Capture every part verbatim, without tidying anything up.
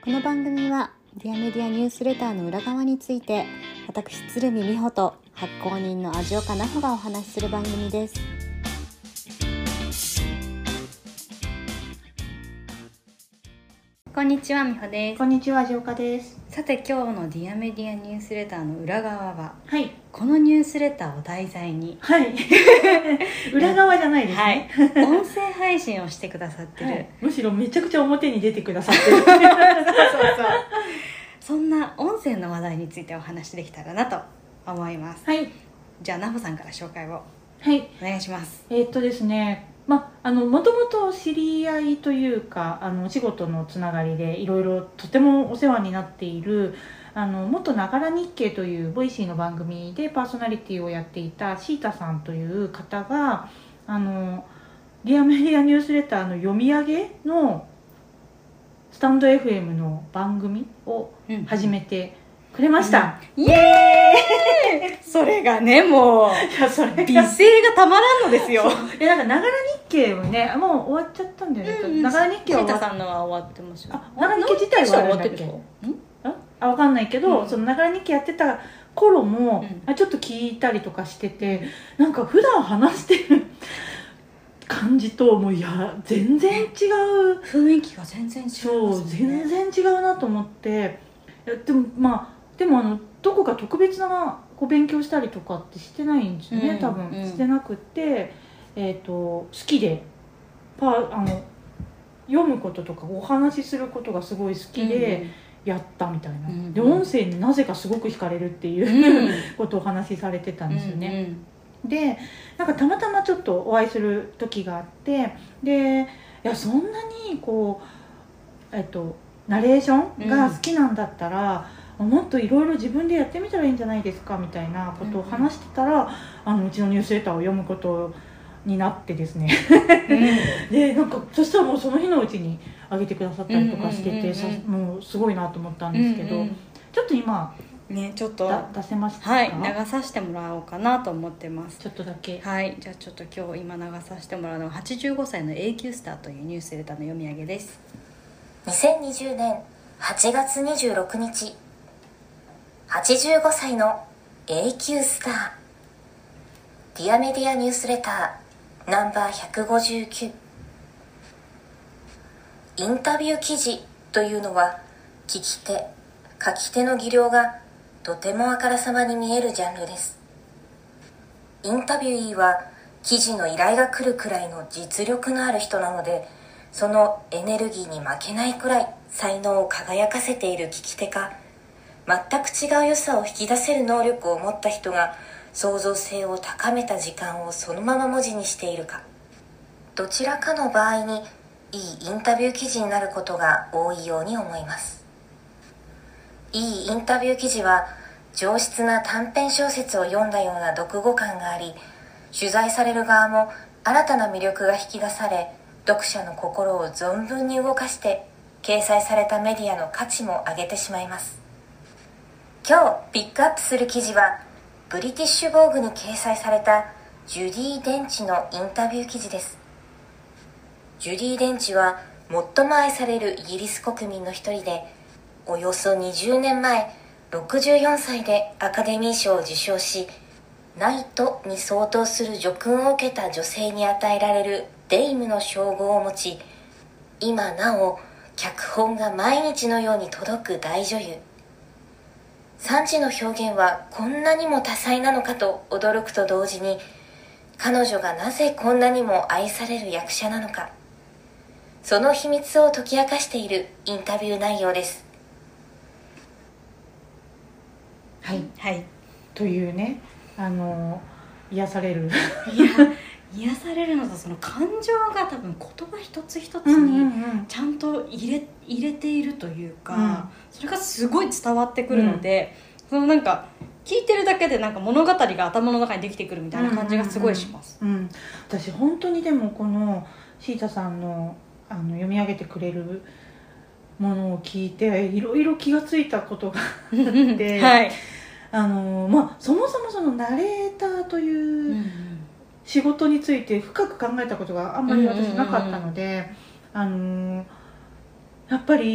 この番組はディアメディアニュースレターの裏側について、私鶴見美穂と発行人の味岡奈穂がお話しする番組です。こんにちは、美穂です。 こんにちは、味岡です。 さて、今日のディアメディアニュースレターの裏側は、 はい、 このニュースレターを題材に、 はい、裏側じゃないですね、 はい、音声配信をしてくださってる、はい、 むしろめちゃくちゃ表に出てくださってるそうそうそう、 そんな音声の話題についてお話しできたらなと思います。 はい、 じゃあ奈穂さんから紹介をはいお願いします。 えー、っとですねまあ、あのもともと知り合いというか、あのお仕事のつながりでいろいろとてもお世話になっている、あの元ながら日経というボイシーの番組でパーソナリティをやっていたシータさんという方が、あのディアメディアニュースレターの読み上げのスタンド エフエム の番組を始めてくれました、 うん、イエーイそれがね、もういやそれ美声がたまらんのですよ。 えなんかながら日経をね、もう終わっちゃったんだよね、うんうん、ながら日経はシータさんのは終わってますよ。 あ、ながら日経自体はあるんだけど、あ、分かんないけど、うん、そのながら日経やってた頃も、うん、あちょっと聞いたりとかしてて、なんか普段話してる感じともういや全然違う、 雰囲気が全然違う、ね、 そう全然違うなと思って、でもまあでもあのどこか特別なこう勉強したりとかってしてないんですよね、うん、多分、うん、してなくて、えーと、好きでパあの読むこととかお話しすることがすごい好きでやったみたいな、うん、で音声になぜかすごく惹かれるっていう、うん、ことをお話しされてたんですよね、うんうん、でなんかたまたまちょっとお会いする時があって、でいやそんなにこう、えーと、ナレーションが好きなんだったら、うん、もっといろいろ自分でやってみたらいいんじゃないですかみたいなことを話してたら、うん、あのうちのニュースレターを読むことになってですね、うん、でなんかそしたらもうその日のうちに上げてくださったりとかしてて、うんうんうんうん、もうすごいなと思ったんですけど、うんうん、ちょっと今ねちょっと出せましたか？ はい、流させてもらおうかなと思ってます。 ちょっとだけ。 はい、じゃあちょっと今日今流させてもらうのははちじゅうごさいの エーキュー スターというニュースレターの読み上げです。 にせんにじゅうねんはちがつにじゅうろくにち、はちじゅうごさいの エーキュー スター、ディアメディアニュースレターナンバーひゃくごじゅうきゅう。インタビュー記事というのは、聞き手書き手の技量がとてもあからさまに見えるジャンルです。インタビューイーは記事の依頼が来るくらいの実力のある人なので、そのエネルギーに負けないくらい才能を輝かせている聞き手か、全く違う良さを引き出せる能力を持った人が創造性を高めた時間をそのまま文字にしているか、どちらかの場合にいいインタビュー記事になることが多いように思います。いいインタビュー記事は上質な短編小説を読んだような読後感があり、取材される側も新たな魅力が引き出され、読者の心を存分に動かして掲載されたメディアの価値も上げてしまいます。今日ピックアップする記事はブリティッシュボーグに掲載されたジュディ・デンチのインタビュー記事です。ジュディ・デンチは最も愛されるイギリス国民の一人で、およそにじゅうねんまえろくじゅうよんさいでアカデミー賞を受賞し、ナイトに相当する叙勲を受けた女性に与えられるデイムの称号を持ち、今なお脚本が毎日のように届く大女優。惨事の表現はこんなにも多彩なのかと驚くと同時に、彼女がなぜこんなにも愛される役者なのか、その秘密を解き明かしているインタビュー内容です。 はい、はい、というね、あの癒されるいや癒されるのと、その感情が多分言葉一つ一つにちゃんと入れ、入れているというか、うん、それがすごい伝わってくるので、うん、そのなんか聞いてるだけでなんか物語が頭の中にできてくるみたいな感じがすごいします、 うんうんうんうん、私本当にでもこのシータさん の, あの読み上げてくれるものを聞いていろいろ気がついたことがあって、はい、あのまあ、そもそもそのナレーターという仕事について深く考えたことがあんまり私なかったので、あのやっぱり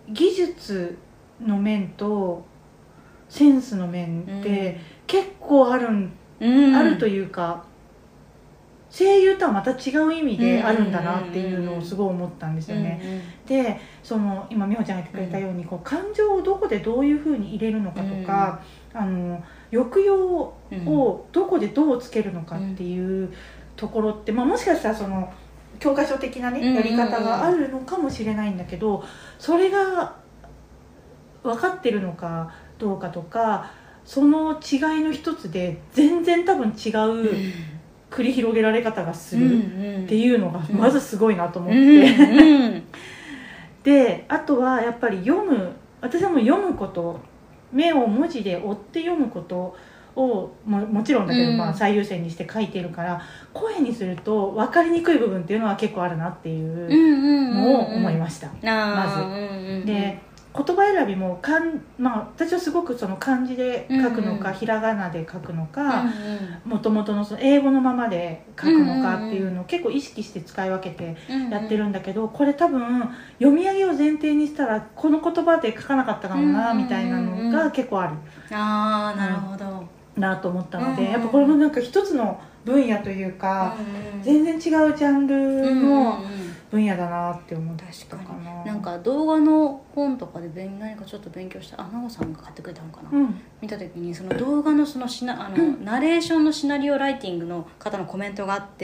技術の面とセンスの面って結構あるん、うん、あるというか声優とはまた違う意味であるんだなっていうのをすごい思ったんですよね、うんうんうん、でその今美穂ちゃんが言ってくれたように、こう感情をどこでどういうふうに入れるのかとか、うん、あの抑揚をどこでどうつけるのかっていうところって、まあ、もしかしたらその教科書的な、ね、やり方があるのかもしれないんだけど、それが分かってるのかどうかとか、その違いの一つで全然多分違う繰り広げられ方がするっていうのがまずすごいなと思って、うんうん、であとはやっぱり読む、私はもう読むこと、目を文字で追って読むことを も, もちろんだけど、まあ、最優先にして書いてるから、うん、声にすると分かりにくい部分っていうのは結構あるなっていうのを思いました、うんうんうん、まず、うんうんうん、で言葉選びもかん、まあ、私はすごくその漢字で書くのか、うんうん、ひらがなで書くのか、もともとのその英語のままで書くのかっていうのを結構意識して使い分けてやってるんだけど、うんうん、これ多分読み上げを前提にしたらこの言葉で書かなかったかもなみたいなのが結構ある、 ああなるほど、 うん、なと思ったので、うんうん、やっぱこれもなんか一つの分野というか、うんうん、全然違うジャンルの分野だなって思ったかな。 確かになんか動画の本とかで何かちょっと勉強した、あ、なごさんが買ってくれたのかな、うん、見た時にその動画のそのシナ、あの、うん、ナレーションのシナリオライティングの方のコメントがあって、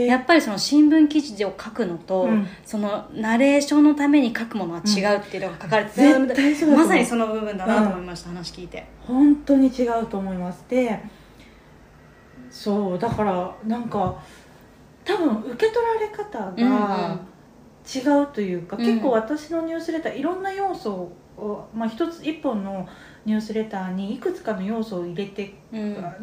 やっぱりその新聞記事を書くのと、うん、そのナレーションのために書くものは違うっていうのが書かれてて、うん、まさにその部分だなと思いました、うん、話聞いて。 本当に違うと思います。でそうだからなんか多分受け取られ方が違うというか、うんうん、結構私のニュースレターいろんな要素を、まあ、一つ一本のニュースレターにいくつかの要素を入れて、うん、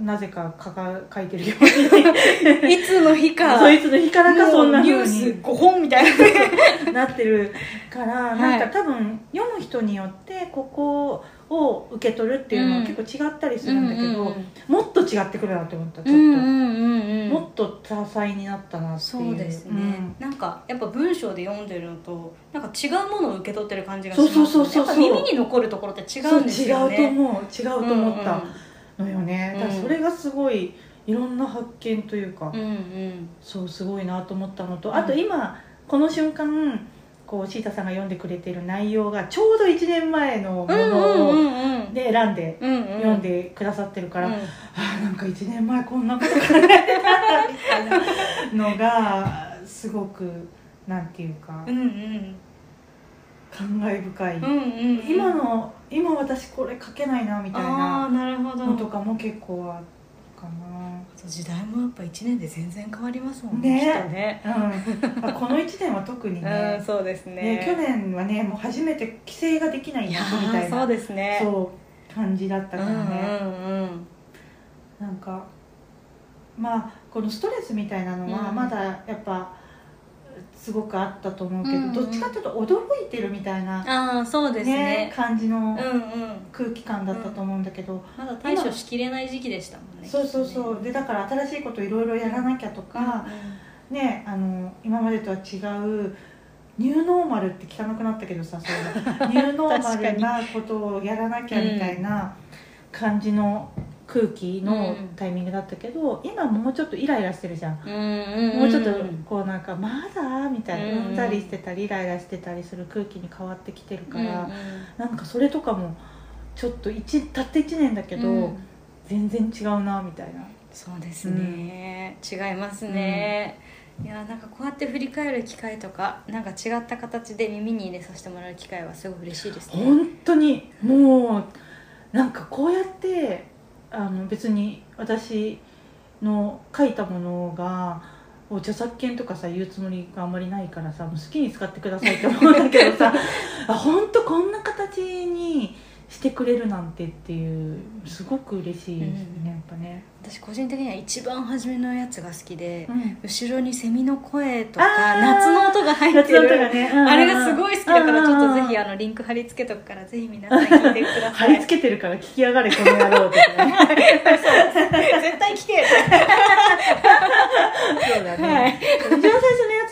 なぜか書か書いてるようにいつの日かそういつの日からかそんな風にニュースごほんみたいななってるから、はい、なんか多分読む人によってここを受け取るっていうのは結構違ったりするんだけど、うんうんうん、もっと違ってくるなって思った。ちょっと、うんうんうんうん、もっと多彩になったなっていう。 そうですね、うん、なんかやっぱ文章で読んでるのとなんか違うものを受け取ってる感じがしますね。そうそうそうそう、やっぱ耳に残るところって違うんですよね。 違うと思う違うと思ったのよね、うんうん、だからそれがすごいいろんな発見というか、うんうん、そうすごいなと思ったのと、あと今この瞬間こうシータさんが読んでくれている内容がちょうどいちねんまえのものをで選んで読んでくださってるから、うんうん、ああなんかいちねんまえこんなこと考えてたんだみたいなのがすごくなんていうか、うんうん、感慨深い、うんうんうん、今の今私これ書けないなみたいなのとかも結構あるかな。 時代もやっぱいちねんで全然変わりますもんね、きっとね、 うん、このいちねんは特にね、 うん、そうですね、 ね、去年はねもう初めて規制ができないんだみたいな、 そうですね、 そう感じだったからね、うんうんうん、なんかまあこのストレスみたいなのはまだやっぱすごくあったと思うけど、うんうん、どっちかっていうと驚いてるみたいな、 あ、そうですね、 感じの空気感だったと思うんだけど、うんうん、 まだ対処しきれない時期でしたもんね。 そうそうそう、でだから新しいこといろいろやらなきゃとか、うんうん、ね、あの今までとは違うニューノーマルって聞かなくなったけどさ、そうニューノーマルなことをやらなきゃみたいな感じの空気のタイミングだったけど、うん、今もうちょっとイライラしてるじゃん、うんうんうん、もうちょっとこうなんかまだみたいな、うんうん、うんざりしてたりイライラしてたりする空気に変わってきてるから、うんうん、なんかそれとかもちょっと一たったいちねんだけど、うん、全然違うなみたいな。 そうですね、うん、違いますね、うん、いやなんかこうやって振り返る機会とかなんか違った形で耳に入れさせてもらう機会はすごい嬉しいですね。 本当にもうなんかこうやってあの別に私の書いたものが著作権とかさ言うつもりがあんまりないからさもう好きに使ってくださいって思うんだけどさ本当こんな形にしてくれるなんてっていうすごく嬉しいですね、うん、やっぱね。 私個人的には一番初めのやつが好きで、うん、後ろにセミの声とか夏の音が入ってる、ね、うんうん、あれがすごい好きだからちょっとぜひあのリンク貼り付けとくからぜひ皆さん聞いてください。 貼り付けてるから聞きやがれこの野郎ってねそう絶対聞けそうだね、はい、一番最初のやつ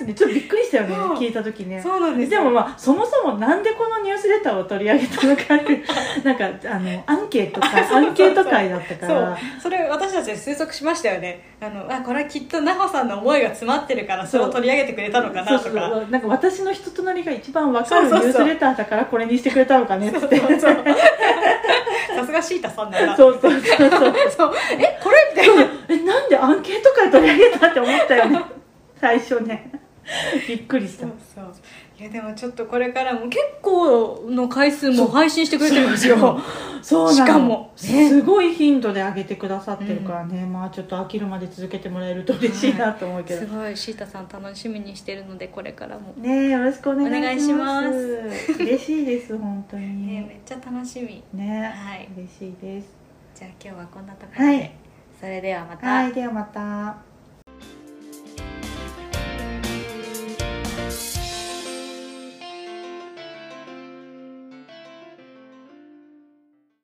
ね。ちょっとびっくりしたよね、 そう聞いた時ね。 そうなんですでもまあそもそもなんでこのニュースレターを取り上げたのかってなんかあのアンケートかアンケート会だったかそうら、 それ私たちで推測しましたよね。あのあこれはきっと奈穂さんの思いが詰まってるからそれを取り上げてくれたのかなとか。 そうそうなんか私の人となりが一番わかるニュースレターだからこれにしてくれたのかねっつって。 そうそうそうさすがシータさんだな。 そうそうそうそうそうえこれみたいな。 えなんでアンケート会取り上げたって思ったよね最初ね。びっくりした。 そうそういやでもちょっとこれからも結構の回数も配信してくれてるんですよ。 そうなの。 しかも、ね、 すごい頻度で上げてくださってるからね、うん、まあちょっと飽きるまで続けてもらえると嬉しいなと思うけど、 はい、すごいシータさん楽しみにしてるのでこれからもねよろしくお願いします。 お願いします。 嬉しいです本当に、 ね、めっちゃ楽しみね、 はい、 嬉しいです。 じゃあ今日はこんなところで、はい、それではまた。 はい、ではまた。